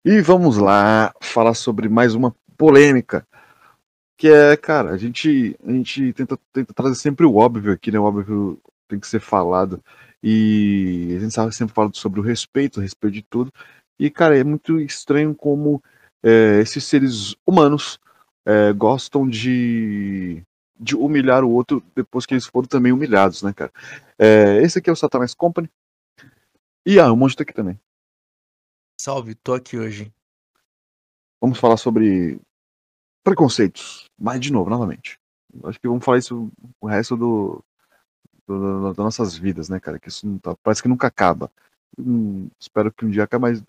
E vamos lá falar sobre mais uma polêmica, que é, cara, a gente tenta trazer sempre o óbvio aqui, né? O óbvio tem que ser falado. E a gente sabe sempre falando sobre o respeito de tudo. E, cara, é muito estranho como esses seres humanos gostam de humilhar o outro depois que eles foram também humilhados, né, cara? Esse aqui é o Satanás Company. E o Monge tá aqui também. Salve, tô aqui hoje. Vamos falar sobre preconceitos. Mas, de novo, novamente. Acho que vamos falar isso o resto das nossas vidas, né, cara? Que isso não parece que nunca acaba. Espero que um dia acabe, mas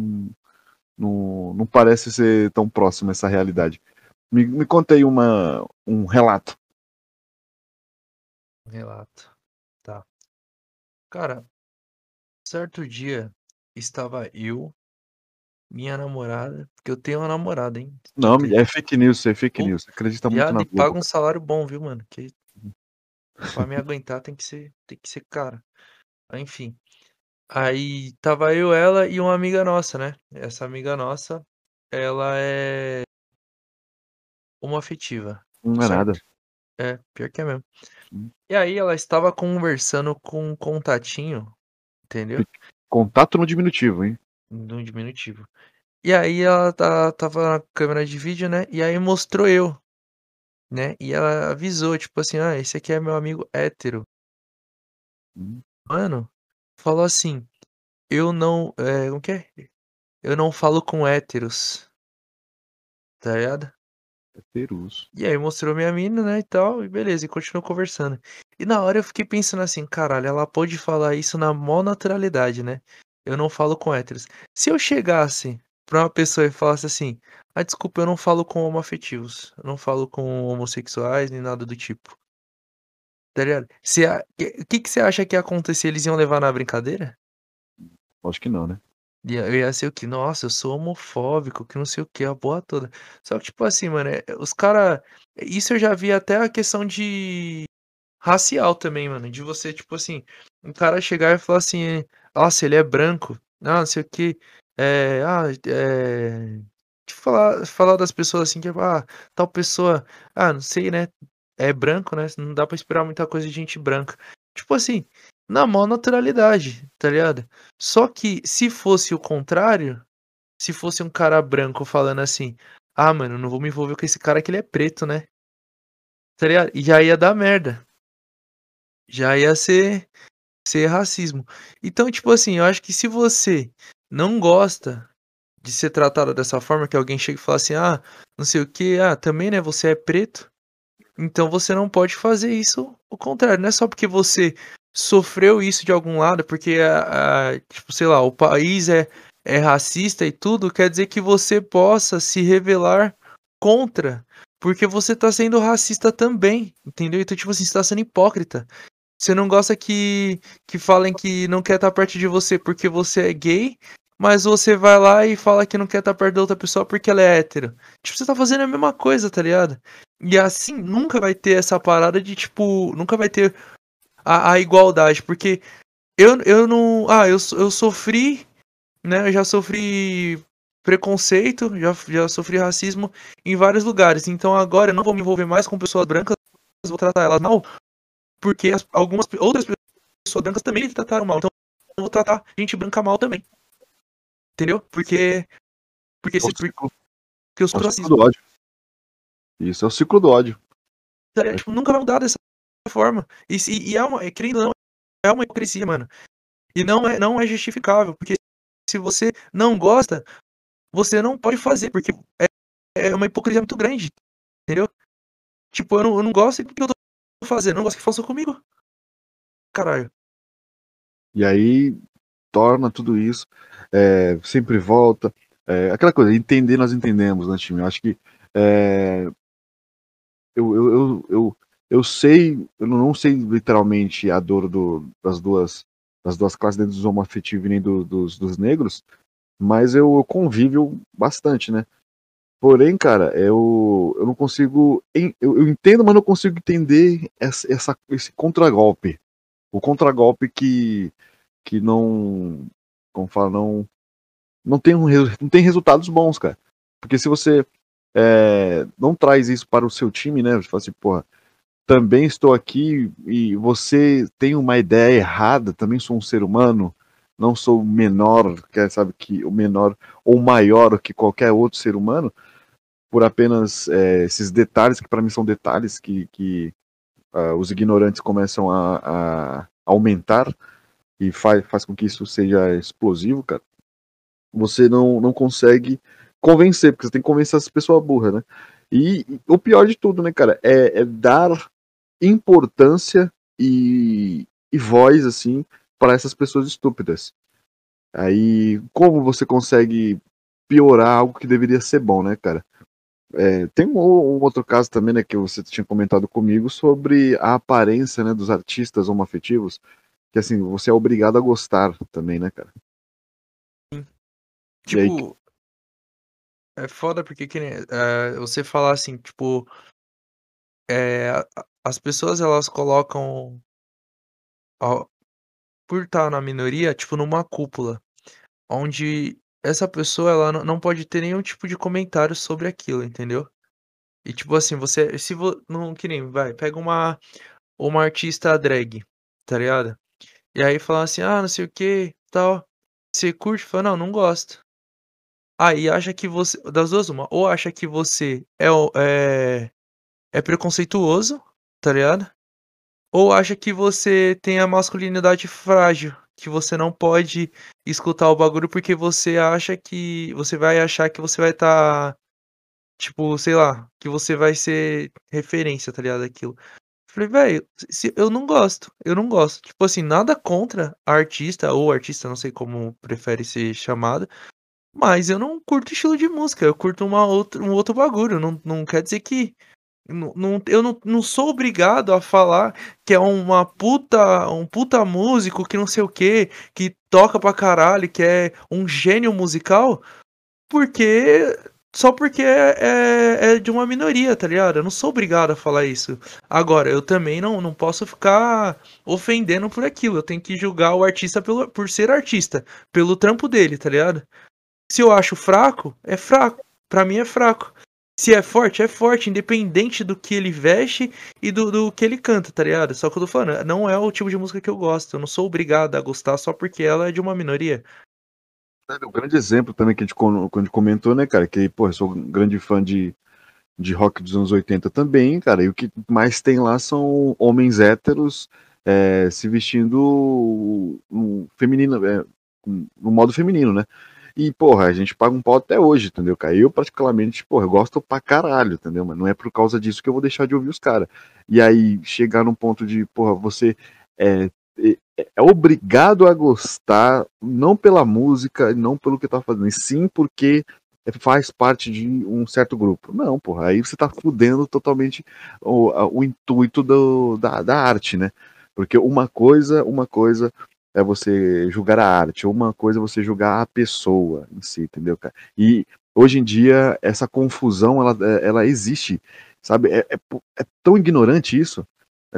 não parece ser tão próximo essa realidade. Me conta aí um relato. Relato. Tá. Cara, certo dia estava eu, minha namorada, porque eu tenho uma namorada, hein? Tu Não, é acredita? fake news, isso é fake Pô, news. Você acredita muito viado na e Globo, paga um cara. salário bom, viu, mano? Que pra me aguentar tem que ser cara. Enfim. Aí tava eu, ela e uma amiga nossa, né? Essa amiga nossa, ela é homoafetiva, Não é nada. certo? É, pior que é mesmo. E aí ela estava conversando com um contatinho, entendeu? Contato no diminutivo, hein? No diminutivo. E aí ela tava na câmera de vídeo, né? E aí mostrou eu, né? E ela avisou, tipo assim, esse aqui é meu amigo hétero. Hum, Mano, falou assim, eu não. Como que é? Eu não falo com héteros, tá ligado? É Perus. E aí mostrou minha mina, né, e tal, e beleza, e continuou conversando. E na hora eu fiquei pensando assim, caralho, ela pode falar isso na maior naturalidade, né? Eu não falo com héteros. Se eu chegasse pra uma pessoa e falasse assim, desculpa, eu não falo com homoafetivos, eu não falo com homossexuais, nem nada do tipo, tá ligado? O que que você acha que ia acontecer? Eles iam levar na brincadeira? Acho que não, né? Eu ia ser o que? Nossa, eu sou homofóbico, que não sei o que, a porra toda. Só que, tipo assim, mano, os cara. Isso eu já vi até a questão de racial também, mano. De você, tipo assim, um cara chegar e falar assim, nossa, ele é branco. Não sei o que. Tipo, falar das pessoas assim, que, tal pessoa, não sei, né? É branco, né? Não dá pra esperar muita coisa de gente branca. Tipo assim, na maior naturalidade, tá ligado? Só que se fosse o contrário, se fosse um cara branco falando assim, mano, não vou me envolver com esse cara que ele é preto, né? Tá ligado? E já ia dar merda. Já ia ser racismo. Então, tipo assim, eu acho que se você não gosta de ser tratado dessa forma, que alguém chega e fala assim, não sei o que, também, né, você é preto, então você não pode fazer isso o contrário. Não é só porque você sofreu isso de algum lado, porque, tipo, sei lá, o país é racista e tudo, quer dizer que você possa se revelar contra, porque você tá sendo racista também, entendeu? Então, tipo assim, você tá sendo hipócrita. Você não gosta que falem que não quer estar perto de você porque você é gay, mas você vai lá e fala que não quer estar perto da outra pessoa porque ela é hétero. Tipo, você tá fazendo a mesma coisa, tá ligado? E assim nunca vai ter essa parada de, tipo, nunca vai ter a igualdade, porque eu não. Eu sofri, né? Eu já sofri preconceito, já sofri racismo em vários lugares. Então agora eu não vou me envolver mais com pessoas brancas, vou tratar elas mal, porque algumas outras pessoas brancas também me trataram mal. Então eu vou tratar gente branca mal também. Entendeu? É o ciclo, Porque eu é o sofro ciclo do racismo. ódio. Isso é o ciclo do ódio. É, Tipo, nunca vai mudar dessa forma. E querendo ou não, é uma hipocrisia, mano. E não é justificável. Porque se você não gosta, você não pode fazer. Porque é uma hipocrisia muito grande. Entendeu? Tipo, eu não gosto porque eu tô fazendo. Eu não gosto que façam comigo. Caralho. e aí torna tudo isso, sempre volta. Aquela coisa, entender nós entendemos, né, time? Eu acho que é, eu sei, eu não sei literalmente a dor das duas classes dentro dos homoafetivos e nem dos negros, mas eu convivo bastante, né? Porém, cara, eu não consigo. Eu entendo, mas não consigo entender esse contragolpe. O contragolpe que não. Como fala, não. não tem resultados bons, cara. Porque se você não traz isso para o seu time, né? Você fala assim, porra, também estou aqui e você tem uma ideia errada, também sou um ser humano, não sou menor, sabe, que o menor ou maior que qualquer outro ser humano, por apenas esses detalhes, que para mim são detalhes que os ignorantes começam a aumentar e faz com que isso seja explosivo, cara. Você não consegue convencer, porque você tem que convencer essa pessoa burra, né? E o pior de tudo, né, cara, é dar importância e voz, assim, para essas pessoas estúpidas. Aí, como você consegue piorar algo que deveria ser bom, né, cara? Tem um outro caso também, né, que você tinha comentado comigo sobre a aparência, né, dos artistas homoafetivos, que assim, você é obrigado a gostar também, né, cara? E aí, Tipo, é foda porque que nem, você falar assim, tipo, as pessoas elas colocam, ó, por estar na minoria, tipo, numa cúpula, onde essa pessoa ela não pode ter nenhum tipo de comentário sobre aquilo, entendeu? E tipo assim, você se vo não que nem vai, pega uma artista drag, tá ligado? E aí fala assim: "Ah, não sei o que tal". Você curte? Fala: "Não, não gosto". Aí acha que você das duas uma, ou acha que você é preconceituoso, tá ligado? Ou acha que você tem a masculinidade frágil, que você não pode escutar o bagulho porque você acha que você vai achar que você vai estar, tipo, sei lá, que você vai ser referência, tá ligado, aquilo. Falei: "Velho, se eu não gosto, eu não gosto". Tipo assim, nada contra a artista ou artista, não sei como prefere ser chamado, mas eu não curto estilo de música, eu curto um outro bagulho, não quer dizer que eu não sou obrigado a falar que é um puta músico que não sei o quê, que toca pra caralho, que é um gênio musical, porque só porque é de uma minoria, tá ligado? Eu não sou obrigado a falar isso. Agora, eu também não posso ficar ofendendo por aquilo. Eu tenho que julgar o artista por ser artista, pelo trampo dele, tá ligado? Se eu acho fraco, é fraco. Pra mim é fraco. Se é forte, independente do que ele veste e do que ele canta, tá ligado? Só que eu tô falando, não é o tipo de música que eu gosto. Eu não sou obrigado a gostar só porque ela é de uma minoria. o grande exemplo também que a gente comentou, né, cara, que, pô, eu sou um grande fã de rock dos anos 80 também, cara, e o que mais tem lá são homens héteros se vestindo feminino, no modo feminino, né? E, porra, a gente paga um pau até hoje, entendeu, cara? Eu, particularmente, porra, eu gosto pra caralho, entendeu? Mas não é por causa disso que eu vou deixar de ouvir os caras. E aí, chegar num ponto de, porra, você é, é obrigado a gostar, não pela música, não pelo que tá fazendo, e sim porque faz parte de um certo grupo. Não, porra, aí você tá fudendo totalmente o intuito da arte, né? Porque uma coisa é você julgar a arte, uma coisa é você julgar a pessoa em si, entendeu, cara? E hoje em dia essa confusão ela existe, sabe? É tão ignorante isso, é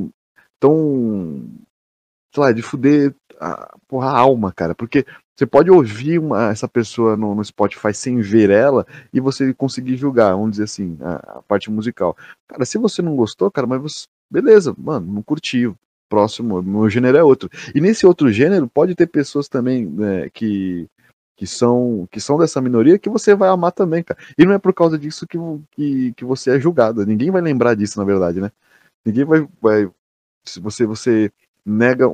tão sei lá, de fuder porra, a alma, cara. Porque você pode ouvir essa pessoa no Spotify sem ver ela e você conseguir julgar, vamos dizer assim, a parte musical. Cara, se você não gostou, cara, mas você, beleza, mano, não curtiu. Próximo, meu gênero é outro. E nesse outro gênero pode ter pessoas também né, que são dessa minoria que você vai amar também, cara. E não é por causa disso que você é julgado. Ninguém vai lembrar disso, na verdade, né? Ninguém vai se você nega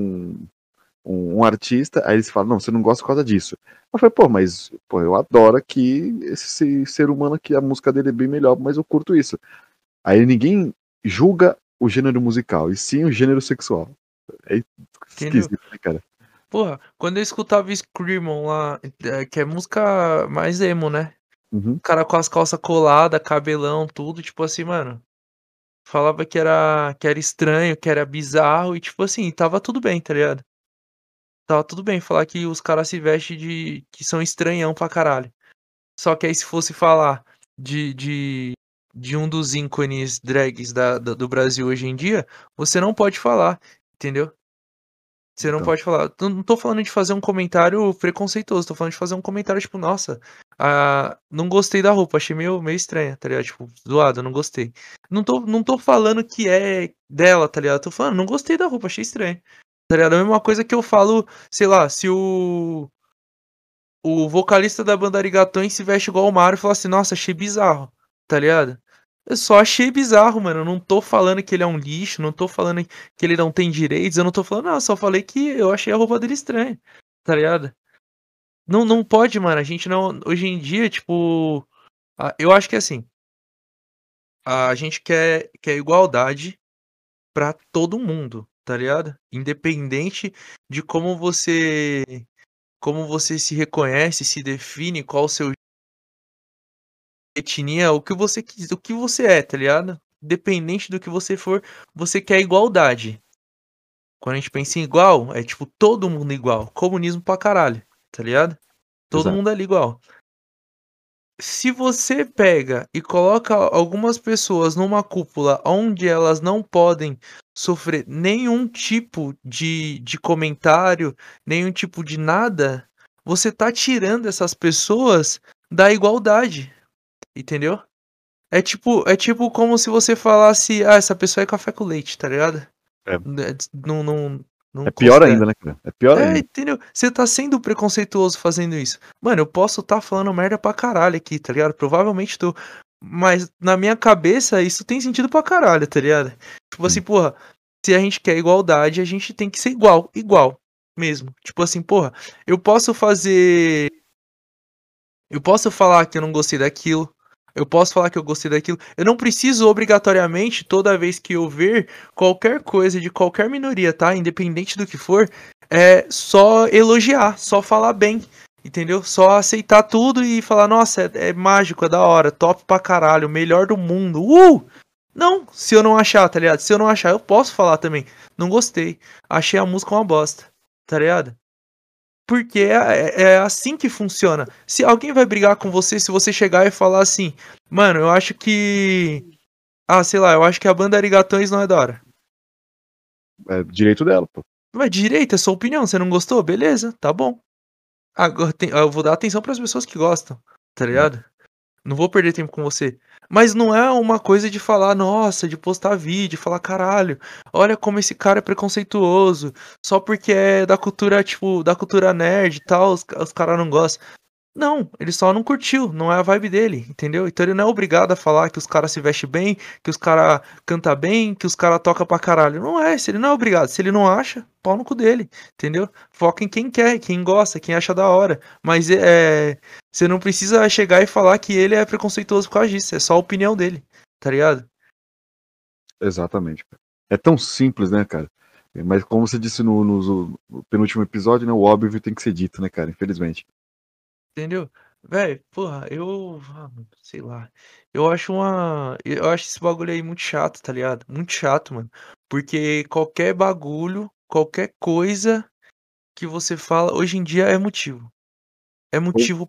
um artista, aí eles falam, não, você não gosta por causa disso. Eu falei, pô, mas pô, eu adoro aqui esse ser humano aqui, a música dele é bem melhor, mas eu curto isso. Aí ninguém julga o gênero musical, e sim o gênero sexual. É Entendeu? esquisito, né, cara? Porra, quando eu escutava Screamon lá, que é música mais emo, né? Uhum. O cara com as calças coladas, cabelão, tudo, tipo assim, mano. Falava que era estranho, que era bizarro, e tipo assim, tava tudo bem, tá ligado? Tava tudo bem falar que os caras se vestem de. Que são estranhão pra caralho. Só que aí se fosse falar de, de, de um dos ícones drags do Brasil hoje em dia, você não pode falar, entendeu? Você não Então, pode falar. Não tô falando de fazer um comentário preconceituoso, tô falando de fazer um comentário tipo, nossa, não gostei da roupa, achei meio estranha, tá ligado? Tipo, zoado, não gostei. Não tô falando que é dela, tá ligado? Tô falando, não gostei da roupa, achei estranho. Tá ligado? É a mesma coisa que eu falo, sei lá, se o vocalista da banda Arigatões se veste igual o Mario e fala assim, nossa, achei bizarro, tá ligado? Eu só achei bizarro, mano. Eu não tô falando que ele é um lixo, não tô falando que ele não tem direitos, eu não tô falando, não, eu só falei que eu achei a roupa dele estranha, tá ligado? Não pode, mano. A gente não. Hoje em dia, tipo. Eu acho que assim. A gente quer igualdade pra todo mundo, tá ligado? Independente de como você se reconhece, se define, qual o seu etnia, o que você quis, o que você é, tá ligado? Independente do que você for, você quer igualdade. Quando a gente pensa em igual, é tipo todo mundo igual. Comunismo pra caralho, tá ligado? Todo exato. mundo ali igual. Se você pega e coloca algumas pessoas numa cúpula onde elas não podem sofrer nenhum tipo de comentário, nenhum tipo de nada, você tá tirando essas pessoas da igualdade, entendeu? É tipo como se você falasse, essa pessoa é café com leite, tá ligado? É, Não, não, é não pior considera. ainda, né, cara? É pior ainda. Entendeu? Você tá sendo preconceituoso fazendo isso. Mano, eu posso tá falando merda pra caralho aqui, tá ligado? Provavelmente tô. Mas na minha cabeça isso tem sentido pra caralho, tá ligado? Tipo assim, Sim. porra, se a gente quer igualdade, a gente tem que ser igual, igual mesmo. Tipo assim, porra, eu posso fazer. Eu posso falar que eu não gostei daquilo. Eu posso falar que eu gostei daquilo. Eu não preciso obrigatoriamente, toda vez que eu ver qualquer coisa de qualquer minoria, tá? Independente do que for, só elogiar, só falar bem. Entendeu? Só aceitar tudo e falar, nossa, é mágico, é da hora, top pra caralho, melhor do mundo. Não, se eu não achar, tá ligado? Se eu não achar, eu posso falar também. Não gostei. Achei a música uma bosta, tá ligado? Porque é assim que funciona. Se alguém vai brigar com você, se você chegar e falar assim, mano, eu acho que. Sei lá, eu acho que a banda Arigatões não é da hora. É direito dela, pô. Mas direito, é sua opinião. Você não gostou? Beleza, tá bom. Agora eu vou dar atenção pras pessoas que gostam, tá Sim. ligado? Não vou perder tempo com você. Mas não é uma coisa de falar, nossa, de postar vídeo, falar, caralho, olha como esse cara é preconceituoso. Só porque é da cultura, tipo, da cultura nerd e tal, os caras não gostam. Não, ele só não curtiu, não é a vibe dele, entendeu? Então ele não é obrigado a falar que os caras se vestem bem, que os caras canta bem, que os caras toca pra caralho. Não é, se ele não é obrigado, se ele não acha, pau no cu dele, entendeu? Foca em quem quer, quem gosta, quem acha da hora. Mas você não precisa chegar e falar que ele é preconceituoso por causa disso, é só a opinião dele, tá ligado? Exatamente, cara. É tão simples, né, cara? Mas como você disse no penúltimo episódio, né, o óbvio tem que ser dito, né, cara? Infelizmente. Entendeu? Véi, porra, sei lá. Eu acho esse bagulho aí muito chato, tá ligado? Muito chato, mano. Porque qualquer bagulho, qualquer coisa que você fala, hoje em dia é motivo. É motivo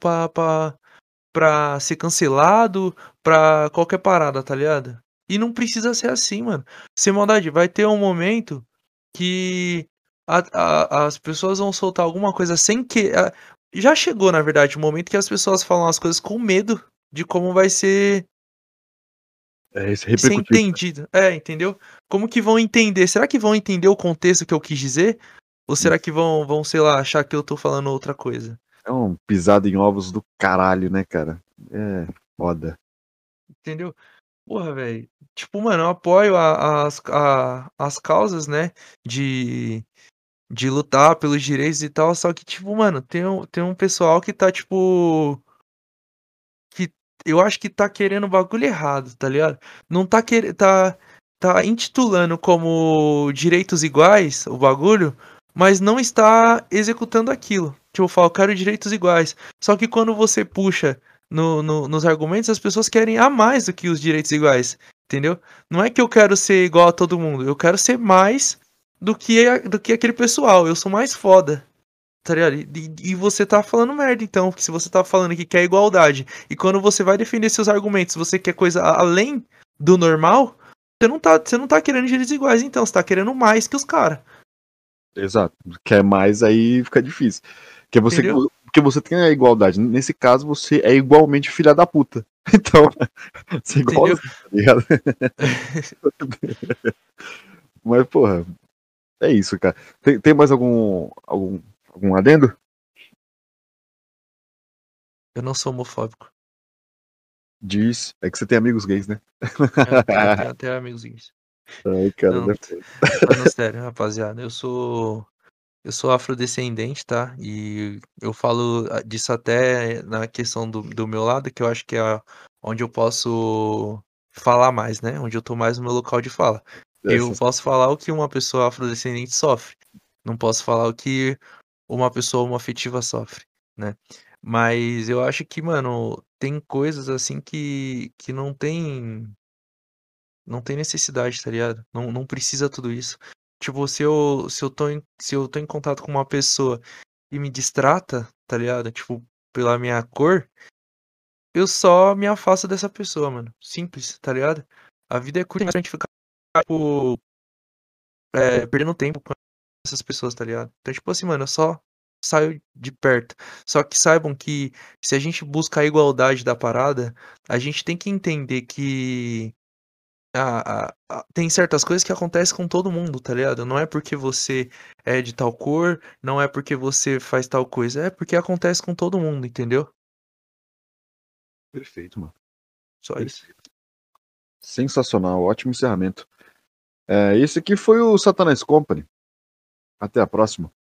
pra ser cancelado, pra qualquer parada, tá ligado? E não precisa ser assim, mano. Sem maldade, vai ter um momento que as pessoas vão soltar alguma coisa sem que. Já chegou, na verdade, o momento que as pessoas falam as coisas com medo de como vai É esse ser repercutir. entendido. Entendeu? Como que vão entender? Será que vão entender o contexto que eu quis dizer? Ou será que vão, sei lá, achar que eu tô falando outra coisa? É um pisado em ovos do caralho, né, cara? É foda. Entendeu? Porra, velho. Tipo, mano, eu apoio as causas, né? De, de lutar pelos direitos e tal. Só que, tipo, mano, tem um pessoal que tá, tipo. Que eu acho que tá querendo o bagulho errado, tá ligado? Não tá querendo. Tá intitulando como direitos iguais o bagulho, mas não está executando aquilo. Tipo, eu falo, quero direitos iguais. Só que quando você puxa nos argumentos, as pessoas querem a mais do que os direitos iguais. Entendeu? Não é que eu quero ser igual a todo mundo, eu quero ser mais do que aquele pessoal. Eu sou mais foda. Tá ligado? E você tá falando merda, então, porque se você tá falando que quer igualdade, e quando você vai defender seus argumentos, você quer coisa além do normal, você não tá querendo direitos iguais, então, você tá querendo mais que os caras. Exato. Quer mais, aí fica difícil. Entendeu? Porque você tem a igualdade. Nesse caso, você é igualmente filha da puta. Então, você é Entendeu? igualzinho, tá ligado? Mas, porra, é isso, cara. Tem mais algum adendo? Eu não sou homofóbico. Diz. É que você tem amigos gays, né? Eu tenho até amigos gays. Ai, cara, Não, deve... falando sério, rapaziada, eu sou afrodescendente, tá? E eu falo disso até na questão do meu lado, que eu acho que é onde eu posso falar mais, né? Onde eu tô mais no meu local de fala. Eu Essa... posso falar o que uma pessoa afrodescendente sofre. Não posso falar o que uma pessoa homoafetiva sofre, né? Mas eu acho que, mano, tem coisas assim que não tem necessidade, tá ligado? Não precisa tudo isso. Tipo, se eu tô em contato com uma pessoa e me distrata, tá ligado? Tipo, pela minha cor, eu só me afasto dessa pessoa, mano. Simples, tá ligado? A vida é curta pra gente ficar, tipo, perdendo tempo com essas pessoas, tá ligado? Então, tipo assim, mano, eu só saio de perto. Só que saibam que se a gente busca a igualdade da parada, a gente tem que entender que tem certas coisas que acontecem com todo mundo, tá ligado? Não é porque você é de tal cor, não é porque você faz tal coisa, é porque acontece com todo mundo, entendeu? Perfeito, mano. Só isso. Perfeito. Sensacional, ótimo encerramento. Esse aqui foi o Satanás Company. Até a próxima.